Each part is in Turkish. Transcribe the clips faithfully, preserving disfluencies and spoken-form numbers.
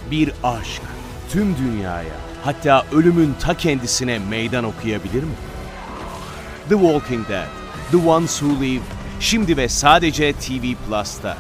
Bir aşk tüm dünyaya, hatta ölümün ta kendisine meydan okuyabilir mi? The Walking Dead, The Ones Who Live, şimdi ve sadece T V Plus'ta.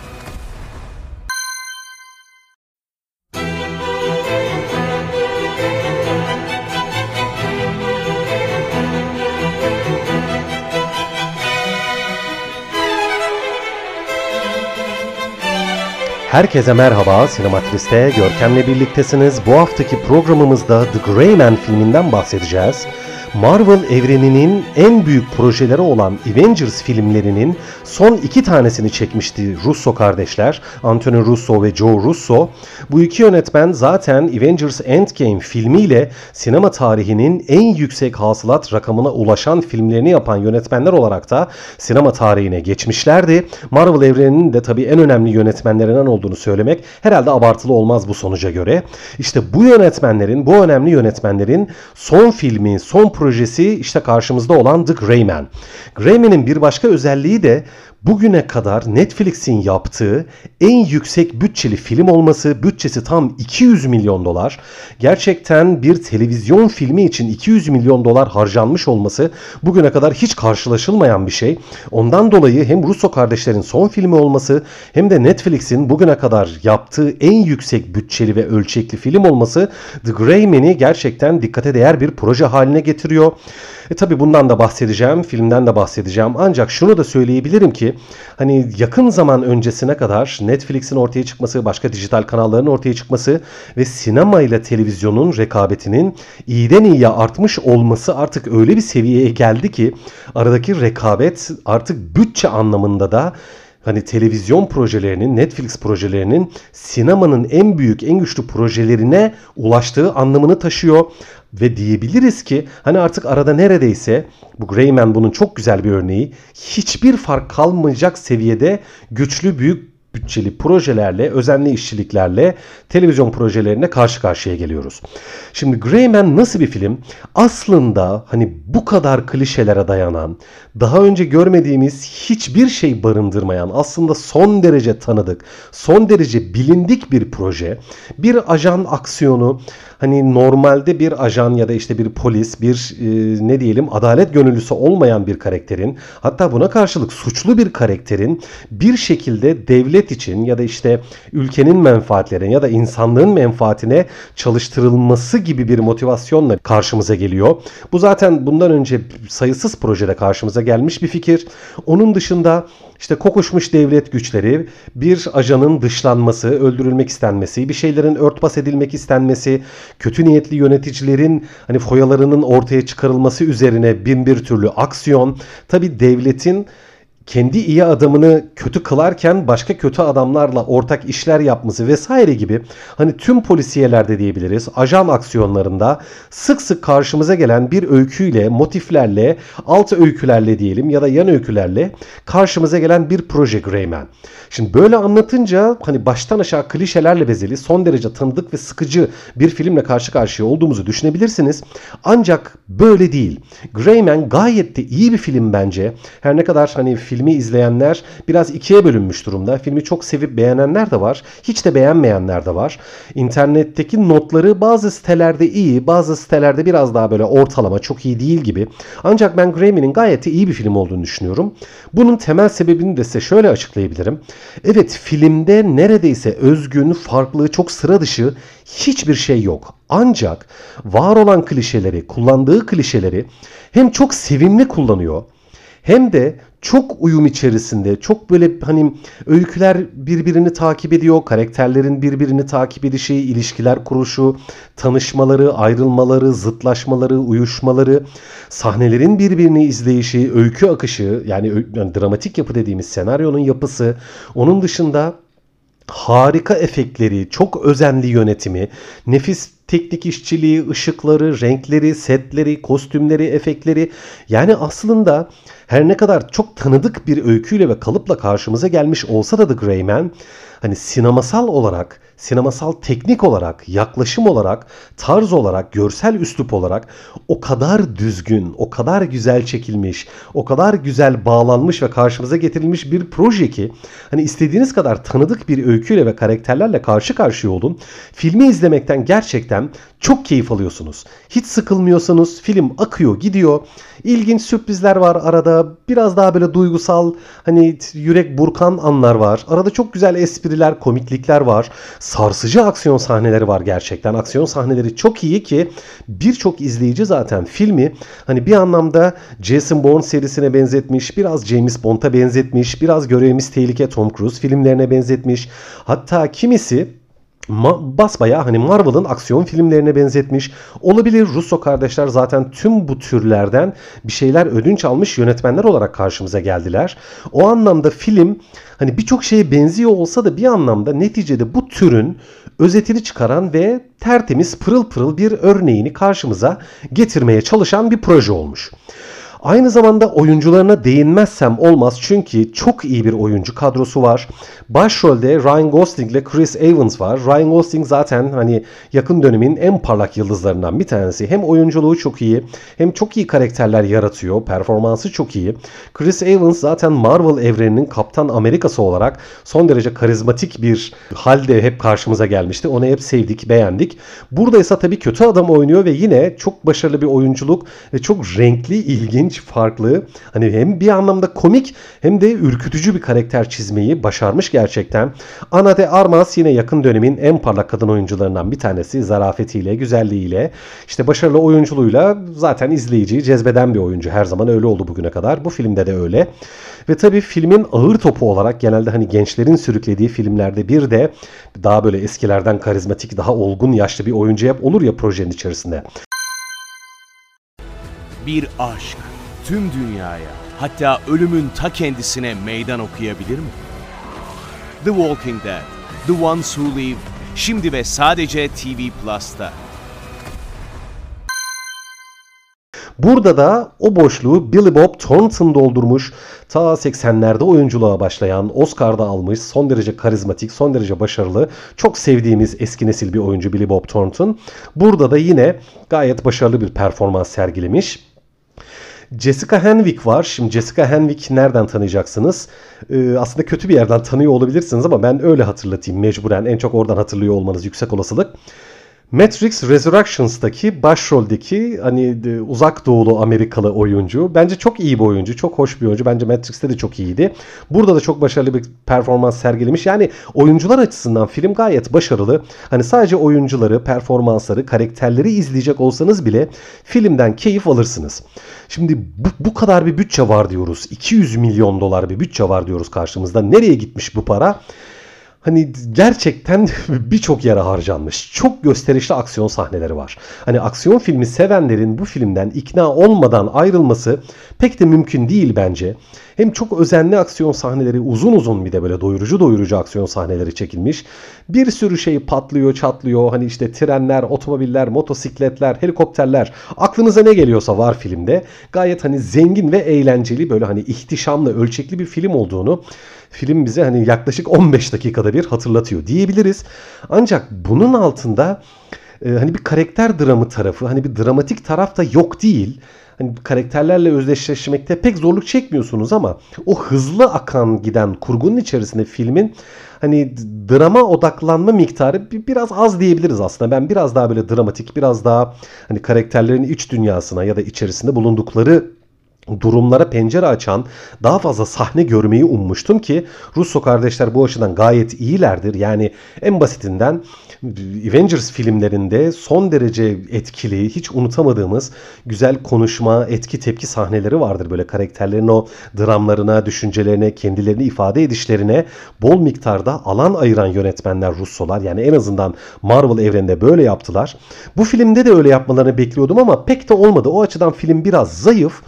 Herkese merhaba, Sinematris'te Görkem'le birliktesiniz. Bu haftaki programımızda The Gray Man filminden bahsedeceğiz. Marvel evreninin en büyük projeleri olan Avengers filmlerinin son iki tanesini çekmişti Russo kardeşler, Anthony Russo ve Joe Russo. Bu iki yönetmen zaten Avengers Endgame filmiyle sinema tarihinin en yüksek hasılat rakamına ulaşan filmlerini yapan yönetmenler olarak da sinema tarihine geçmişlerdi. Marvel evreninin de tabii en önemli yönetmenlerinden olduğunu söylemek herhalde abartılı olmaz bu sonuca göre. İşte bu yönetmenlerin, bu önemli yönetmenlerin son filmi, son projesi işte karşımızda olan The Gray Man. Gray Man'in bir başka özelliği de bugüne kadar Netflix'in yaptığı en yüksek bütçeli film olması. Bütçesi tam iki yüz milyon dolar. Gerçekten bir televizyon filmi için iki yüz milyon dolar harcanmış olması bugüne kadar hiç karşılaşılmayan bir şey. Ondan dolayı hem Russo kardeşlerin son filmi olması hem de Netflix'in bugüne kadar yaptığı en yüksek bütçeli ve ölçekli film olması The Gray Man'i gerçekten dikkate değer bir proje haline getiriyor. E tabi bundan da bahsedeceğim, filmden de bahsedeceğim. Ancak şunu da söyleyebilirim ki hani yakın zaman öncesine kadar Netflix'in ortaya çıkması, başka dijital kanalların ortaya çıkması ve sinema ile televizyonun rekabetinin iyiden iyiye artmış olması artık öyle bir seviyeye geldi ki aradaki rekabet artık bütçe anlamında da hani televizyon projelerinin, Netflix projelerinin sinemanın en büyük, en güçlü projelerine ulaştığı anlamını taşıyor. Ve diyebiliriz ki hani artık arada neredeyse, bu Gray Man bunun çok güzel bir örneği, hiçbir fark kalmayacak seviyede güçlü, büyük bütçeli projelerle, özenli işçiliklerle televizyon projelerine karşı karşıya geliyoruz. Şimdi Gray Man nasıl bir film? Aslında hani bu kadar klişelere dayanan, daha önce görmediğimiz hiçbir şey barındırmayan, aslında son derece tanıdık, son derece bilindik bir proje. Bir ajan aksiyonu, hani normalde bir ajan ya da işte bir polis, bir e, ne diyelim adalet gönüllüsü olmayan bir karakterin, hatta buna karşılık suçlu bir karakterin bir şekilde devlet için ya da işte ülkenin menfaatlerine ya da insanlığın menfaatine çalıştırılması gibi bir motivasyonla karşımıza geliyor. Bu zaten bundan önce sayısız projede karşımıza gelmiş bir fikir. Onun dışında İşte kokuşmuş devlet güçleri, bir ajanın dışlanması, öldürülmek istenmesi, bir şeylerin örtbas edilmek istenmesi, kötü niyetli yöneticilerin hani foyalarının ortaya çıkarılması üzerine bin bir türlü aksiyon. Tabii devletin kendi iyi adamını kötü kılarken başka kötü adamlarla ortak işler yapması vesaire gibi hani tüm polisiyelerde diyebiliriz, ajan aksiyonlarında sık sık karşımıza gelen bir öyküyle, motiflerle, alt öykülerle diyelim ya da yan öykülerle karşımıza gelen bir proje Gray Man. Şimdi böyle anlatınca hani baştan aşağı klişelerle bezeli, son derece tanıdık ve sıkıcı bir filmle karşı karşıya olduğumuzu düşünebilirsiniz. Ancak böyle değil. Gray Man gayet de iyi bir film bence. Her ne kadar hani filmi izleyenler biraz ikiye bölünmüş durumda. Filmi çok sevip beğenenler de var. Hiç de beğenmeyenler de var. İnternetteki notları bazı sitelerde iyi, bazı sitelerde biraz daha böyle ortalama, çok iyi değil gibi. Ancak ben Gray Man'in gayet de iyi bir film olduğunu düşünüyorum. Bunun temel sebebini de size şöyle açıklayabilirim. Evet, filmde neredeyse özgün, farklı, çok sıra dışı hiçbir şey yok. Ancak var olan klişeleri, kullandığı klişeleri hem çok sevimli kullanıyor hem de çok uyum içerisinde, çok böyle hani öyküler birbirini takip ediyor, karakterlerin birbirini takip edişi, ilişkiler kuruşu, tanışmaları, ayrılmaları, zıtlaşmaları, uyuşmaları, sahnelerin birbirini izleyişi, öykü akışı, yani, yani dramatik yapı dediğimiz senaryonun yapısı, onun dışında harika efektleri, çok özenli yönetimi, nefis teknik işçiliği, ışıkları, renkleri, setleri, kostümleri, efektleri, yani aslında Her ne kadar çok tanıdık bir öyküyle ve kalıpla karşımıza gelmiş olsa da The Gray Man, hani sinemasal olarak, sinemasal teknik olarak, yaklaşım olarak, tarz olarak, görsel üslup olarak o kadar düzgün, o kadar güzel çekilmiş, o kadar güzel bağlanmış ve karşımıza getirilmiş bir proje ki hani istediğiniz kadar tanıdık bir öyküyle ve karakterlerle karşı karşıya olun. Filmi izlemekten gerçekten çok keyif alıyorsunuz. Hiç sıkılmıyorsunuz. Film akıyor, gidiyor. İlginç sürprizler var arada. Biraz daha böyle duygusal, hani yürek burkan anlar var. Arada çok güzel espriler, komiklikler var. Sarsıcı aksiyon sahneleri var gerçekten. Aksiyon sahneleri çok iyi ki birçok izleyici zaten filmi hani bir anlamda Jason Bourne serisine benzetmiş, biraz James Bond'a benzetmiş, biraz Görevimiz Tehlike Tom Cruise filmlerine benzetmiş. Hatta kimisi Ma- basbayağı hani Marvel'ın aksiyon filmlerine benzetmiş. Olabilir, Russo kardeşler zaten tüm bu türlerden bir şeyler ödünç almış yönetmenler olarak karşımıza geldiler. O anlamda film hani birçok şeye benziyor olsa da bir anlamda neticede bu türün özetini çıkaran ve tertemiz pırıl pırıl bir örneğini karşımıza getirmeye çalışan bir proje olmuş. Aynı zamanda oyuncularına değinmezsem olmaz çünkü çok iyi bir oyuncu kadrosu var. Başrolde Ryan Gosling ile Chris Evans var. Ryan Gosling zaten hani yakın dönemin en parlak yıldızlarından bir tanesi. Hem oyunculuğu çok iyi, hem çok iyi karakterler yaratıyor. Performansı çok iyi. Chris Evans zaten Marvel evreninin Kaptan Amerikası olarak son derece karizmatik bir halde hep karşımıza gelmişti. Onu hep sevdik, beğendik. Burada ise tabii kötü adam oynuyor ve yine çok başarılı bir oyunculuk ve çok renkli, ilginç, farklı, hani hem bir anlamda komik hem de ürkütücü bir karakter çizmeyi başarmış gerçekten. Ana de Armas yine yakın dönemin en parlak kadın oyuncularından bir tanesi. Zarafetiyle, güzelliğiyle, işte başarılı oyunculuğuyla zaten izleyiciyi cezbeden bir oyuncu. Her zaman öyle oldu bugüne kadar. Bu filmde de öyle. Ve tabii filmin ağır topu olarak genelde hani gençlerin sürüklediği filmlerde bir de daha böyle eskilerden karizmatik, daha olgun yaşlı bir oyuncu hep olur ya projenin içerisinde. Bir aşk tüm dünyaya, hatta ölümün ta kendisine meydan okuyabilir mi? The Walking Dead, The Ones Who Live, şimdi ve sadece T V Plus'ta. Burada da o boşluğu Billy Bob Thornton doldurmuş. Ta seksenlerde oyunculuğa başlayan, Oscar'da almış, son derece karizmatik, son derece başarılı, çok sevdiğimiz eski nesil bir oyuncu Billy Bob Thornton. Burada da yine gayet başarılı bir performans sergilemiş. Jessica Henwick var. Şimdi Jessica Henwick nereden tanıyacaksınız? Ee, aslında kötü bir yerden tanıyor olabilirsiniz ama ben öyle hatırlatayım mecburen. En çok oradan hatırlıyor olmanız yüksek olasılık. Matrix Resurrections'taki başroldeki hani uzak doğulu Amerikalı oyuncu. Bence çok iyi bir oyuncu. Çok hoş bir oyuncu. Bence Matrix'te de çok iyiydi. Burada da çok başarılı bir performans sergilemiş. Yani oyuncular açısından film gayet başarılı. Hani sadece oyuncuları, performansları, karakterleri izleyecek olsanız bile filmden keyif alırsınız. Şimdi bu, bu kadar bir bütçe var diyoruz. iki yüz milyon dolar bir bütçe var diyoruz karşımızda. Nereye gitmiş bu para? Hani gerçekten birçok yere harcanmış. Çok gösterişli aksiyon sahneleri var. Hani aksiyon filmi sevenlerin bu filmden ikna olmadan ayrılması pek de mümkün değil bence. Hem çok özenli aksiyon sahneleri, uzun uzun bir de böyle doyurucu doyurucu aksiyon sahneleri çekilmiş. Bir sürü şey patlıyor, çatlıyor. Hani işte trenler, otomobiller, motosikletler, helikopterler. Aklınıza ne geliyorsa var filmde. Gayet hani zengin ve eğlenceli, böyle hani ihtişamlı, ölçekli bir film olduğunu film bize hani yaklaşık on beş dakikada bir hatırlatıyor diyebiliriz. Ancak bunun altında e, hani bir karakter dramı tarafı, hani bir dramatik taraf da yok değil. Hani karakterlerle özdeşleşmekte pek zorluk çekmiyorsunuz ama o hızlı akan giden kurgunun içerisinde filmin hani drama odaklanma miktarı biraz az diyebiliriz aslında. Ben biraz daha böyle dramatik, biraz daha hani karakterlerin iç dünyasına ya da içerisinde bulundukları durumlara pencere açan daha fazla sahne görmeyi ummuştum ki Russo kardeşler bu açıdan gayet iyilerdir. Yani en basitinden Avengers filmlerinde son derece etkili, hiç unutamadığımız güzel konuşma, etki tepki sahneleri vardır. Böyle karakterlerin o dramlarına, düşüncelerine, kendilerini ifade edişlerine bol miktarda alan ayıran yönetmenler Russolar. Yani en azından Marvel evreninde böyle yaptılar. Bu filmde de öyle yapmalarını bekliyordum ama pek de olmadı. O açıdan film biraz zayıf.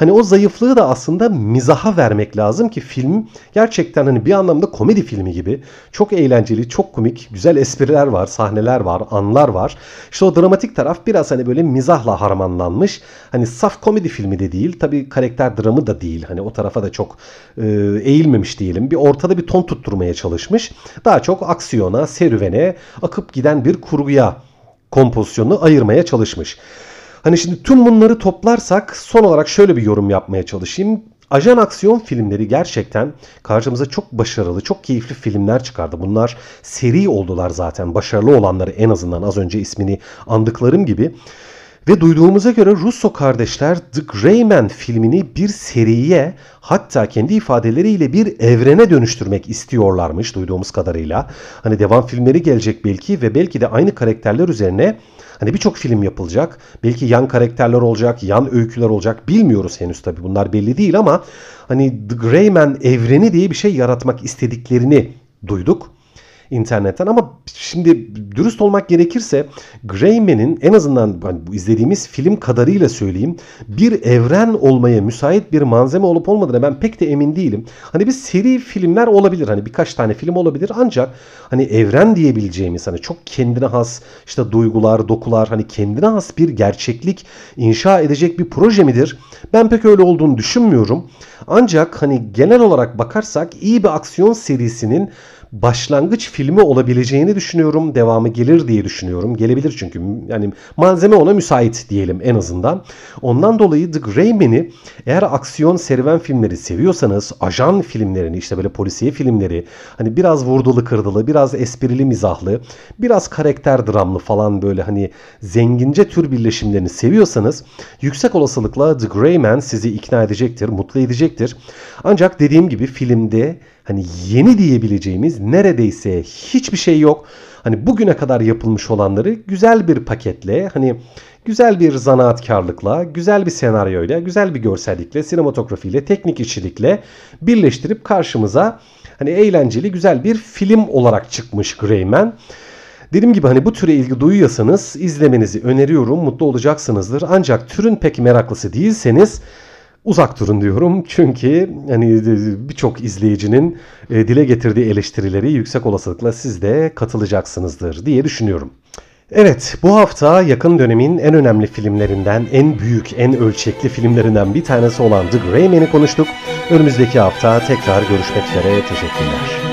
Hani o zayıflığı da aslında mizaha vermek lazım ki film gerçekten hani bir anlamda komedi filmi gibi. Çok eğlenceli, çok komik, güzel espriler var, sahneler var, anlar var. İşte o dramatik taraf biraz hani böyle mizahla harmanlanmış. Hani saf komedi filmi de değil, tabii karakter dramı da değil. Hani o tarafa da çok e, eğilmemiş diyelim. Bir ortada bir ton tutturmaya çalışmış. Daha çok aksiyona, serüvene, akıp giden bir kurguya kompozisyonunu ayırmaya çalışmış. Hani şimdi tüm bunları toplarsak son olarak şöyle bir yorum yapmaya çalışayım. Ajan aksiyon filmleri gerçekten karşımıza çok başarılı, çok keyifli filmler çıkardı. Bunlar seri oldular zaten. Başarılı olanları en azından az önce ismini andıklarım gibi. Ve duyduğumuza göre Russo kardeşler The Gray Man filmini bir seriye, hatta kendi ifadeleriyle bir evrene dönüştürmek istiyorlarmış duyduğumuz kadarıyla. Hani devam filmleri gelecek belki ve belki de aynı karakterler üzerine hani birçok film yapılacak. Belki yan karakterler olacak, yan öyküler olacak. Bilmiyoruz henüz tabii, bunlar belli değil ama hani The Gray Man evreni diye bir şey yaratmak istediklerini duyduk internetten. Ama şimdi dürüst olmak gerekirse Gray Man'in en azından hani bu izlediğimiz film kadarıyla söyleyeyim, bir evren olmaya müsait bir malzeme olup olmadığına ben pek de emin değilim. Hani bir seri filmler olabilir, hani birkaç tane film olabilir, ancak hani evren diyebileceğimiz hani çok kendine has işte duygular, dokular, hani kendine has bir gerçeklik inşa edecek bir proje midir? Ben pek öyle olduğunu düşünmüyorum. Ancak hani genel olarak bakarsak iyi bir aksiyon serisinin başlangıç filmi olabileceğini düşünüyorum. Devamı gelir diye düşünüyorum. Gelebilir çünkü yani malzeme ona müsait diyelim en azından. Ondan dolayı The Gray Man'i eğer aksiyon serüven filmleri seviyorsanız, ajan filmlerini, işte böyle polisiye filmleri, hani biraz vurdulu kırdılı, biraz esprili mizahlı, biraz karakter dramlı falan böyle hani zengince tür birleşimlerini seviyorsanız yüksek olasılıkla The Gray Man sizi ikna edecektir, mutlu edecektir. Ancak dediğim gibi filmde hani yeni diyebileceğimiz neredeyse hiçbir şey yok. Hani bugüne kadar yapılmış olanları güzel bir paketle, hani güzel bir zanaatkarlıkla, güzel bir senaryoyla, güzel bir görsellikle, sinematografiyle, teknik işçilikle birleştirip karşımıza hani eğlenceli güzel bir film olarak çıkmış Gray Man. Dediğim gibi hani bu türe ilgi duyuyorsanız izlemenizi öneriyorum. Mutlu olacaksınızdır. Ancak türün pek meraklısı değilseniz uzak durun diyorum. Çünkü hani birçok izleyicinin dile getirdiği eleştirileri yüksek olasılıkla siz de katılacaksınızdır diye düşünüyorum. Evet, bu hafta yakın dönemin en önemli filmlerinden, en büyük, en ölçekli filmlerinden bir tanesi olan The Gray Man'i konuştuk. Önümüzdeki hafta tekrar görüşmek üzere. Teşekkürler.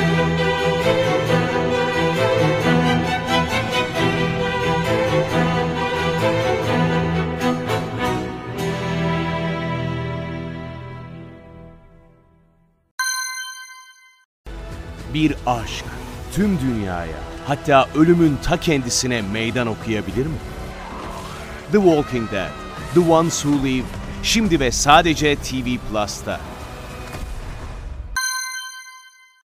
Bir aşk tüm dünyaya, hatta ölümün ta kendisine meydan okuyabilir mi? The Walking Dead, The Ones Who Live, şimdi ve sadece T V Plus'ta.